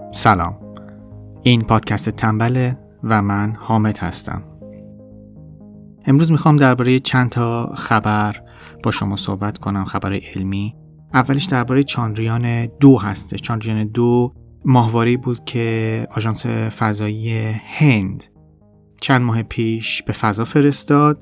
سلام، این پادکست تنبله و من حامد هستم. امروز میخوام درباره چند تا خبر با شما صحبت کنم، خبر علمی. اولیش درباره چاندریان 2 هسته. چاندریان 2 ماهواره‌ای بود که آژانس فضایی هند چند ماه پیش به فضا فرستاد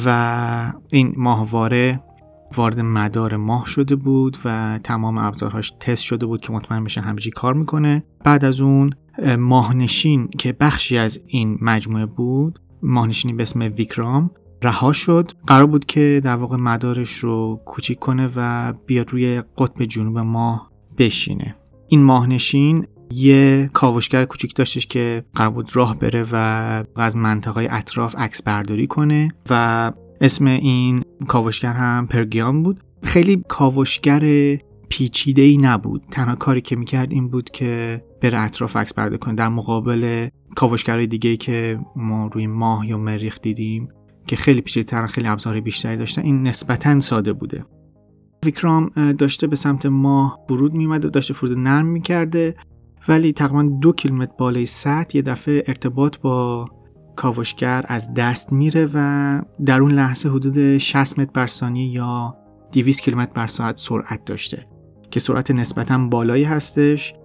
و این ماهواره وارد مدار ماه شده بود و تمام ابزارهاش تست شده بود که مطمئن بشن همه چی کار میکنه. بعد از اون ماهنشین که بخشی از این مجموعه بود، ماهنشینی به اسم ویکرام، رها شد. قرار بود که در واقع مدارش رو کوچیک کنه و بیاد روی قطب جنوب ماه بشینه. این ماهنشین یه کاوشگر کوچیک داشتش که قرار بود راه بره و از منطقه‌های اطراف عکس برداری کنه و اسم این کاوشگر هم پرگیان بود. خیلی کاوشگر پیچیده‌ای نبود. تنها کاری که میکرد این بود که بره اطراف عکس برداری کنه، در مقابل کاوشگرهای دیگه‌ای که ما روی ماه یا مریخ دیدیم که خیلی پیچیده‌تر، خیلی ابزار بیشتری داشتن. این نسبتاً ساده بوده. ویکرام داشته به سمت ماه فرود میومده، داشته فرود نرم میکرده، ولی تقریباً 2 کیلومتر بالای سطح یه دفعه ارتباط با کاوشگر از دست میره و در اون لحظه حدود 60 متر بر ثانیه یا 200 کیلومتر بر ساعت سرعت داشته که سرعت نسبتاً بالایی هستش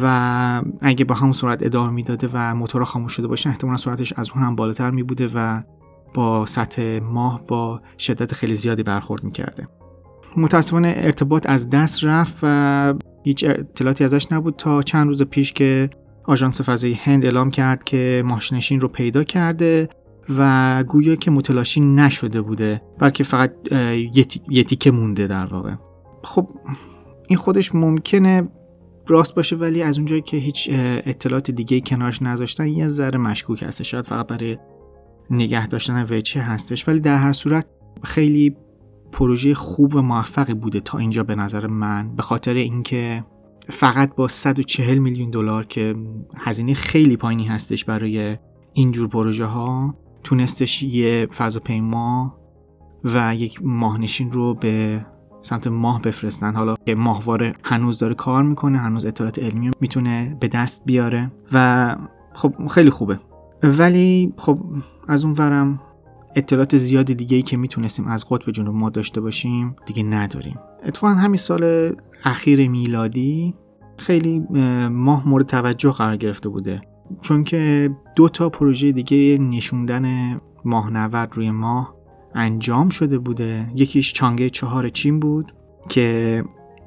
و اگه با همون سرعت ادامه میداده و موتورها خاموش شده باشه احتمالاً سرعتش از اون هم بالاتر می بوده و با سطح ماه با شدت خیلی زیادی برخورد میکرده. متاسفانه ارتباط از دست رفت و هیچ اطلاعاتی ازش نبود تا چند روز پیش که آژانس فضایی هند اعلام کرد که ماهنشین رو پیدا کرده و گویا که متلاشی نشده بوده، بلکه فقط یه تیکه مونده در واقع. خب این خودش ممکنه راست باشه، ولی از اونجایی که هیچ اطلاعات دیگه‌ای کنارش نذاشتن یه ذره مشکوک هست. شاید فقط برای نگه داشتن وجه هستش، ولی در هر صورت خیلی پروژه خوب و موفقی بوده تا اینجا به نظر من، به خاطر اینکه فقط با 140 میلیون دلار که هزینه خیلی پایینی هستش برای اینجور پروژه ها تونستش یه فضاپیما و یک ماهنشین رو به سمت ماه بفرستن. حالا که ماهواره هنوز داره کار میکنه، هنوز اطلاعات علمی میتونه به دست بیاره و خب خیلی خوبه. ولی خب از اون ورم اطلاعات زیادی دیگه‌ای که میتونستیم از قطب جنوب ما داشته باشیم دیگه نداریم. اتفاقا همین سال اخیر میلادی خیلی ماه مورد توجه قرار گرفته بوده، چون که 2 تا پروژه دیگه نشوندن ماهنورد روی ماه انجام شده بوده. یکیش چانگه 4 چین بود که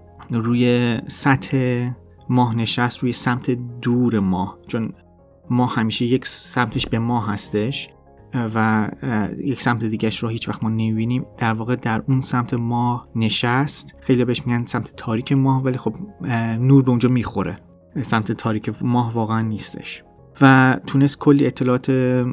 روی سطح ماه نشست، روی سمت دور ماه، چون ماه همیشه یک سمتش به ماه هستش و یک سمت دیگهش رو هیچ وقت ما نمیبینیم. در واقع در اون سمت ماه نشست. خیلی بهش میگن سمت تاریک ماه، ولی خب نور به اونجا میخوره، سمت تاریک ماه واقعا نیستش و تونست کلی اطلاعات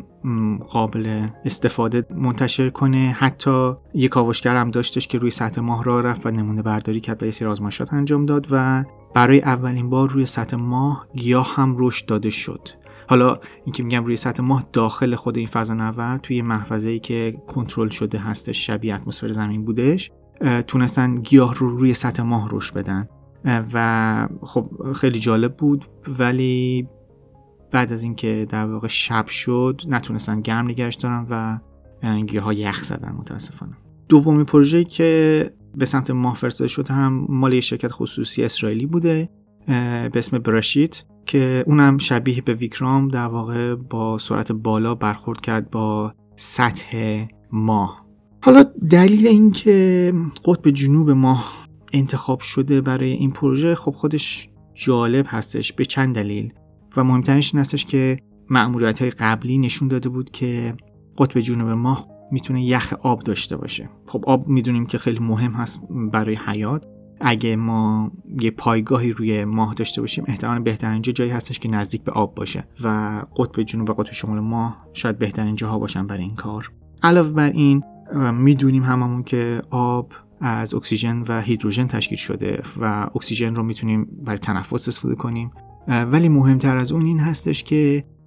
قابل استفاده منتشر کنه. حتی یک کاوشگر هم داشتش که روی سطح ماه راه رفت و نمونه برداری کرد و یه سری آزمایشات انجام داد و برای اولین بار روی سطح ماه گیاه هم رشد داده شد. حالا این که میگم روی سطح ماه، داخل خود این فضانورد توی محفظه‌ای که کنترل شده هستش، شبیه اتمسفر زمین بودش، تونستن گیاه رو روی سطح ماه رشد بدن و خب خیلی جالب بود. ولی بعد از اینکه در واقع شب شد نتونستن گرم نگهش دارن و گیاها یخ زدن متاسفانه. دومین پروژه‌ای که به سمت ماه فرستاده شد هم مال یه شرکت خصوصی اسرائیلی بوده به اسم براشیت که اونم شبیه به ویکرام در واقع با سرعت بالا برخورد کرد با سطح ماه. حالا دلیل این که قطب جنوب ماه انتخاب شده برای این پروژه خب خودش جالب هستش به چند دلیل و مهمترینش این هستش که مأموریت‌های قبلی نشون داده بود که قطب جنوب ماه میتونه یخ آب داشته باشه. خب آب میدونیم که خیلی مهم هست برای حیات. اگه ما یه پایگاهی روی ماه داشته باشیم احتمالاً بهترین جایی هستش که نزدیک به آب باشه و قطب جنوب و قطب شمال ماه شاید بهترین جاها باشن برای این کار. علاوه بر این میدونیم هممون که آب از اکسیژن و هیدروژن تشکیل شده و اکسیژن رو میتونیم برای تنفس استفاده کنیم، ولی مهمتر از اون این هستش که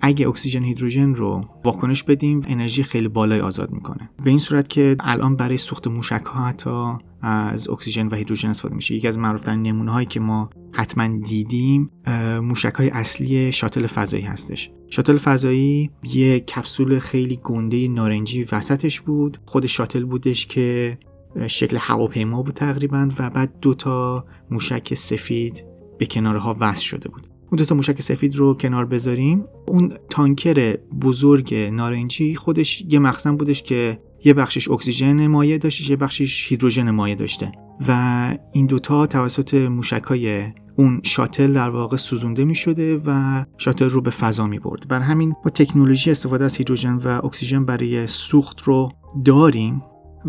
اگه اکسیژن هیدروژن رو واکنش بدیم انرژی خیلی بالایی آزاد میکنه، به این صورت که الان برای سوخت موشک‌ها حتی از اکسیژن و هیدروژن استفاده میشه. یکی از معروف‌ترین نمونه‌هایی که ما حتما دیدیم موشک‌های اصلی شاتل فضایی هستش. شاتل فضایی یه کپسول خیلی گنده نارنجی وسطش بود، خود شاتل بودش که شکل هواپیما بود تقریبا و بعد 2 موشک سفید به کنارها وصل شده بود. اون 2 موشک سفید رو کنار بذاریم، اون تانکر بزرگ نارنجی خودش یه مخزن بودش که یه بخشش اکسیژن مایع داشته، یه بخشش هیدروژن مایع داشته و این 2 توسط موشک‌های اون شاتل در واقع سوزونده می شده و شاتل رو به فضا می برد. بر همین با تکنولوژی استفاده از هیدروژن و اکسیژن برای سوخت رو داریم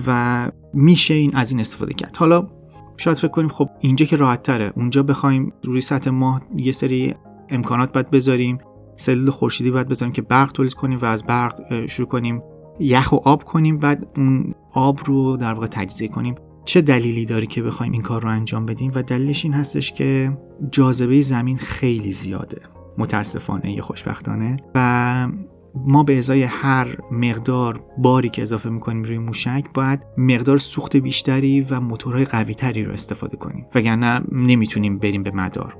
و میشه از این استفاده کرد. حالا شاید فکر کنیم خب اینجا که راحت تره، اونجا بخوایم روی سطح ماه یه سری امکانات باید بذاریم، سلول خورشیدی باید بذاریم که برق تولید کنیم و از برق شروع کنیم یخ و آب کنیم، بعد اون آب رو در واقع تجزیه کنیم. چه دلیلی داره که بخوایم این کار رو انجام بدیم؟ و دلیلش این هستش که جاذبه زمین خیلی زیاده، متاسفانه یا خوشبختانه، و ما به ازای هر مقدار باری که اضافه میکنیم روی موشک باید مقدار سوخت بیشتری و موتورهای قوی تری رو استفاده کنیم، وگرنه نمیتونیم بریم به مدار.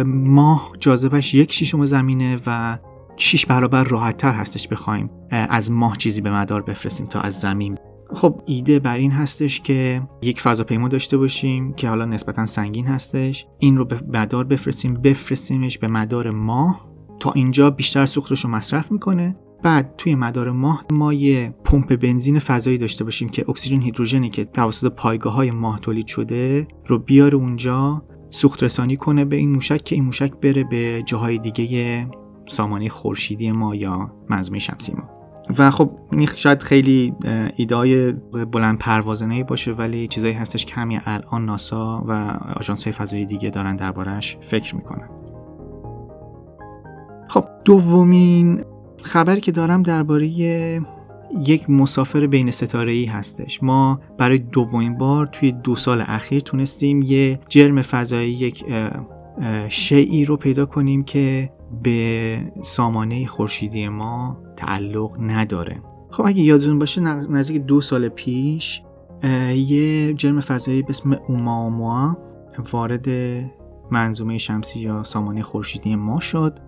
ماه جاذبهش 1/6 زمینه و 6 برابر راحت تر هستش بخوایم از ماه چیزی به مدار بفرستیم تا از زمین. خب ایده بر این هستش که یک فضاپیما داشته باشیم که حالا نسبتا سنگین هستش، این رو به مدار بفرستیمش به مدار ماه، تا اینجا بیشتر سوختش رو مصرف میکنه. بعد توی مدار ماه ما یه پمپ بنزین فضایی داشته باشیم که اکسیژن هیدروژنی که توسط پایگاه‌های ماه تولید شده رو بیاره اونجا سوخت رسانی کنه به این موشک که این موشک بره به جاهای دیگه سامانه خورشیدی ما یا منظومه شمسی ما. و خب این شاید خیلی ایده‌های بلند پروازانه‌ای باشه، ولی چیزایی هستش که همین الان ناسا و آژانس‌های فضایی دیگه دارن درباره‌اش فکر میکنن. خب دومین خبری که دارم درباره یک مسافر بین ستاره‌ای هستش. ما برای دومین بار توی 2 سال اخیر تونستیم یه جرم فضایی، یک شیئی رو پیدا کنیم که به سامانه خورشیدی ما تعلق نداره. خب اگه یادتون باشه نزدیک 2 سال پیش یه جرم فضایی به اسم اوماموا وارد منظومه شمسی یا سامانه خورشیدی ما شد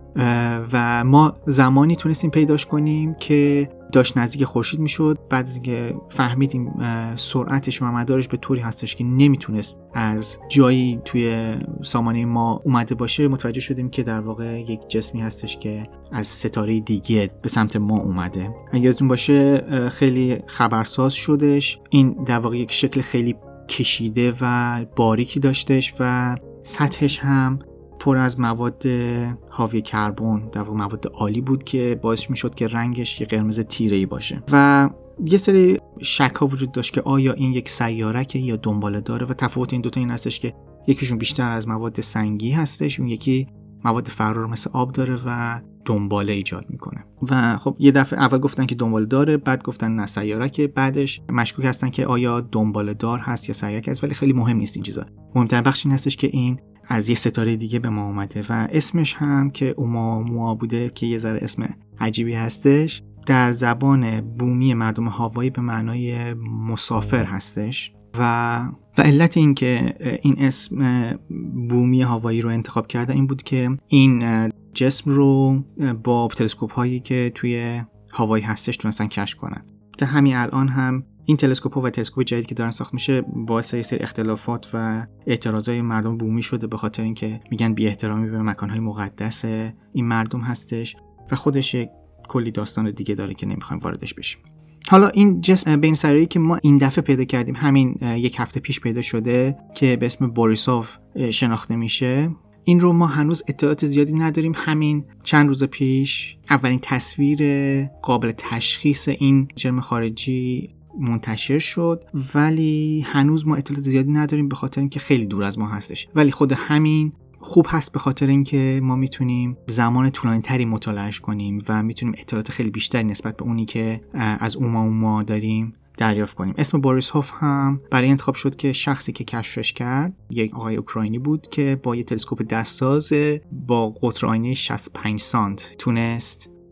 و ما زمانی تونستیم پیداش کنیم که داشت نزدیک خورشید میشد. بعد از اینکه فهمیدیم سرعتش و مدارش به طوری هستش که نمیتونست از جایی توی سامانه ما اومده باشه، متوجه شدیم که در واقع یک جسمی هستش که از ستاره دیگه به سمت ما اومده. اگه یادتون باشه خیلی خبرساز شدش. این در واقع یک شکل خیلی کشیده و باریکی داشتش و سطحش هم پر از مواد حاوی کربن، در واقع مواد عالی بود که باعث میشد که رنگش یه قرمز تیره‌ای باشه و یه سری شک ها وجود داشت که آیا این یک سیارکه یا دنباله داره و تفاوت این دوتا این هستش که یکیشون بیشتر از مواد سنگی هستش، اون یکی مواد فرار مثل آب داره و دنباله ایجاد میکنه. و خب یه دفعه اول گفتن که دنباله داره، بعد گفتن نه سیارکه، بعدش مشکوک هستن که آیا دنباله دار هست یا سیارک هست، ولی خیلی مهم نیست این چیزا. مهمترین بخش این هستش که این از یه ستاره دیگه به ما اومده و اسمش هم که اوماموا بوده که یه ذره اسم عجیبی هستش. در زبان بومی مردم هاوایی به معنای مسافر هستش و علت این که این اسم بومی هاوایی رو انتخاب کرده این بود که این جسم رو با تلسکوپ هایی که توی هاوایی هستش تونستن کشف کنن. تا همین الان هم این تلسکوپ‌ها و تلسکوپ جدید که دارن ساخت میشه باعث یه سری اختلافات و اعتراضای مردم بومی شده، به خاطر اینکه میگن بی احترامی به مکان‌های مقدس این مردم هستش و خودش کلی داستان دیگه داره که نمیخوایم واردش بشیم. حالا این جسم بین سرایی که ما این دفعه پیدا کردیم همین 1 هفته پیش پیدا شده که به اسم بوریسوف شناخته میشه، این رو ما هنوز اطلاعات زیادی نداریم. همین چند روز پیش اولین تصویر قابل تشخیص این جرم خارجی منتشر شد، ولی هنوز ما اطلاعات زیادی نداریم به خاطر اینکه خیلی دور از ما هستش. ولی خود همین خوب هست به خاطر اینکه ما میتونیم زمان طولانی تری مطالعهش کنیم و میتونیم اطلاعات خیلی بیشتری نسبت به اونی که از اوماموا داریم دریافت کنیم. اسم بوریسوف هم برای انتخاب شد که شخصی که کشفش کرد یک آقای اوکراینی بود که با یه تلسکوپ دستساز با قطر آینه 65 سانت تونست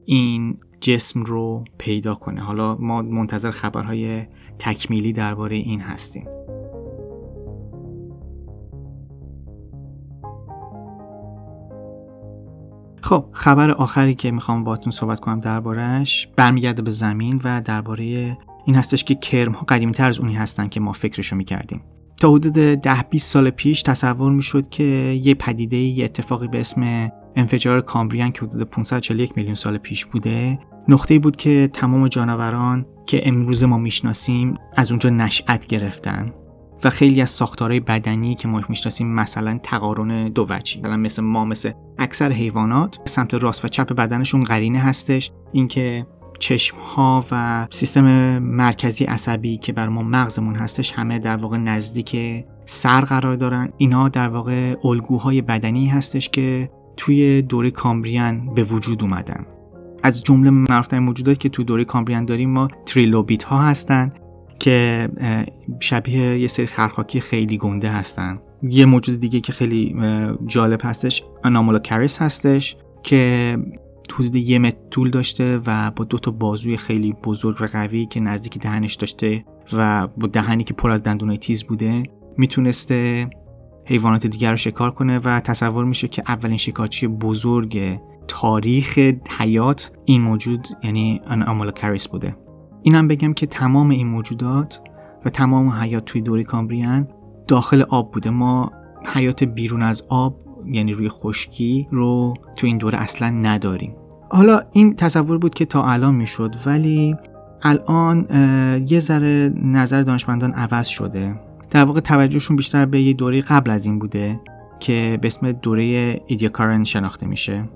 این جسم رو پیدا کنه. حالا ما منتظر خبرهای تکمیلی درباره این هستیم. خب خبر آخری که میخوام باهاتون صحبت کنم درباره‌اش برمیگرده به زمین و درباره این هستش که کرم‌ها قدیمی‌تر از اونی هستن که ما فکرشو می‌کردیم. تا حدود 10-20 سال پیش تصور میشد که یه پدیده، یه اتفاقی به اسم انفجار کامبریان که حدود 541 میلیون سال پیش بوده، نقطه‌ای بود که تمام جانوران که امروز ما میشناسیم از اونجا نشأت گرفتن و خیلی از ساختارهای بدنی که ما میشناسیم، مثلا تقارن دو وجهی، مثل اکثر حیوانات سمت راست و چپ بدنشون قرینه هستش، اینکه چشم‌ها و سیستم مرکزی عصبی که بر ما مغزمون هستش همه در واقع نزدیک سر قرار دارن. اینا در واقع الگوهای بدنی هستش که توی دوره کامبریان به وجود اومدن. از جمله معروف‌ترین موجوداتی که توی دوره کامبریان داریم ما تریلوبیت ها هستن که شبیه یه سری خرخاکی خیلی گنده هستن. یه موجود دیگه که خیلی جالب هستش آنامولوکاریس هستش که حدود 1 متر طول داشته و با 2 تا بازوی خیلی بزرگ و قوی که نزدیک دهنش داشته و با دهنی که پر از دندونای تیز بوده میتونسته حیوانات دیگر رو شکار کنه و تصور میشه که اولین شکارچی بزرگ تاریخ حیات این موجود یعنی آنامولوکاریس بوده. اینم بگم که تمام این موجودات و تمام حیات توی دوره کامبریان داخل آب بوده. ما حیات بیرون از آب یعنی روی خشکی رو تو این دوره اصلا نداریم. حالا این تصور بود که تا الان میشد، ولی الان یه ذره نظر دانشمندان عوض شده. در واقع توجهشون بیشتر به یه دوره قبل از این بوده که به اسم دوره ایدیاکارن شناخته میشه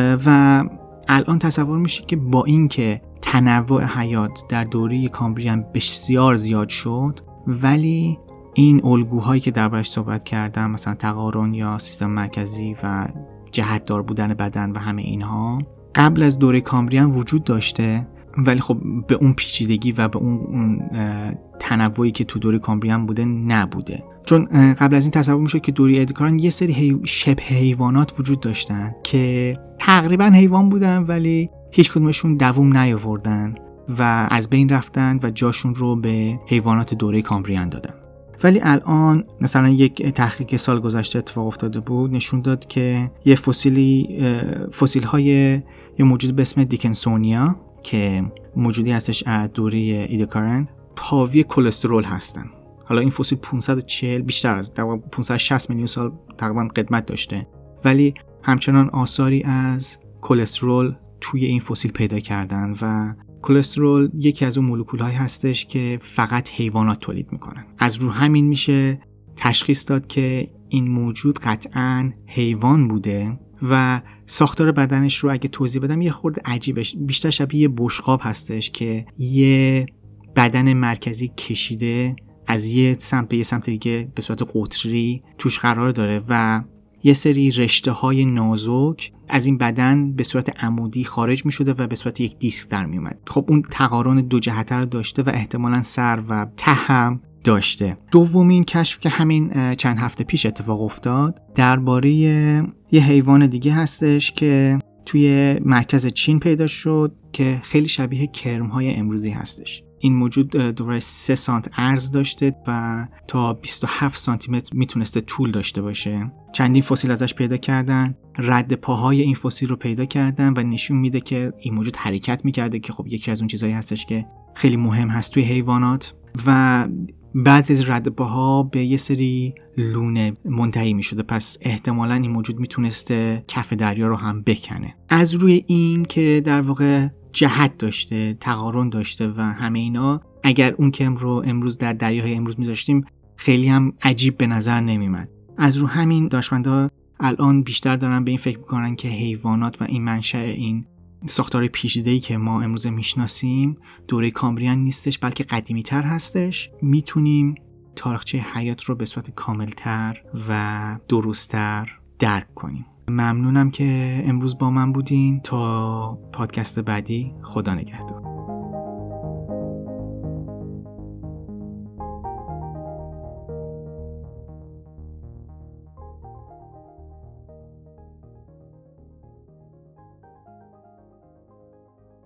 و الان تصور میشه که با این که تنوع حیات در دوره کامبریان بسیار زیاد شد، ولی این الگوهایی که دربارش صحبت کردم مثلا تقارن یا سیستم مرکزی و جهتدار بودن بدن و همه اینها قبل از دوره کامبریان وجود داشته، ولی خب به اون پیچیدگی و به اون تنوعی که تو دوره کامبریان بوده نبوده. چون قبل از این تصور میشد که دوره ایدیاکارن یه سری شبه حیوانات وجود داشتن که تقریبا حیوان بودن ولی هیچ کدومشون دوام نیاوردن و از بین رفتن و جاشون رو به حیوانات دوره کامبریان دادن. ولی الان مثلا یک تحقیق سال گذشته اتفاق افتاده بود، نشون داد که یه فسیل های یه موجود به اسم دیکنسونیا که موجودی هستش از دوره ایدیاکارن حاوی کلسترول هستن. حالا این فسیل 540 بیشتر از 560 میلیون سال تقریبا قدمت داشته، ولی همچنان آثاری از کلسترول توی این فسیل پیدا کردن و کلسترول یکی از اون مولکول‌هایی هستش که فقط حیوانات تولید میکنن. از رو همین میشه تشخیص داد که این موجود قطعاً حیوان بوده و ساختار بدنش رو اگه توضیح بدم یه خورده عجیبه، بیشتر شبیه یه بشقاب هستش که یه بدن مرکزی کشیده از یه سمت به یه سمت دیگه به صورت قطری توش قرار داره و یه سری رشته های نازک از این بدن به صورت عمودی خارج می شده و به صورت یک دیسک در می اومد. خب اون تقارن دو جهته رو داشته و احتمالاً سر و ته هم داشته. دومین کشف که همین چند هفته پیش اتفاق افتاد درباره یه حیوان دیگه هستش که توی مرکز چین پیدا شد که خیلی شبیه کرم‌های امروزی هستش. این موجود دوباره 3 سانت عرض داشته و تا 27 سانتی متر میتونسته طول داشته باشه. چندین فسیل ازش پیدا کردن، رد پاهای این فسیل رو پیدا کردن و نشون میده که این موجود حرکت میکرده که خب یکی از اون چیزایی هستش که خیلی مهم هست توی حیوانات و بعضی از رد پاها به یه سری لونه منتهی میشده، پس احتمالاً این موجود میتونسته کف دریا رو هم بکنه. از روی این که در واقع جهت داشته، تقارن داشته و همه اینا، اگر اون کم رو امروز در دریاهای امروز میذاشتیم خیلی هم عجیب به نظر نمیمد. از رو همین دانشمندا الان بیشتر دارن به این فکر میکنن که حیوانات و این منشأ این ساختار پیچیده‌ای که ما امروز میشناسیم دوره کامبریان نیستش بلکه قدیمی‌تر هستش. میتونیم تاریخچه حیات رو به صورت کاملتر و درست‌تر درک کنیم. ممنونم که امروز با من بودین. تا پادکست بعدی، خدا نگهدار.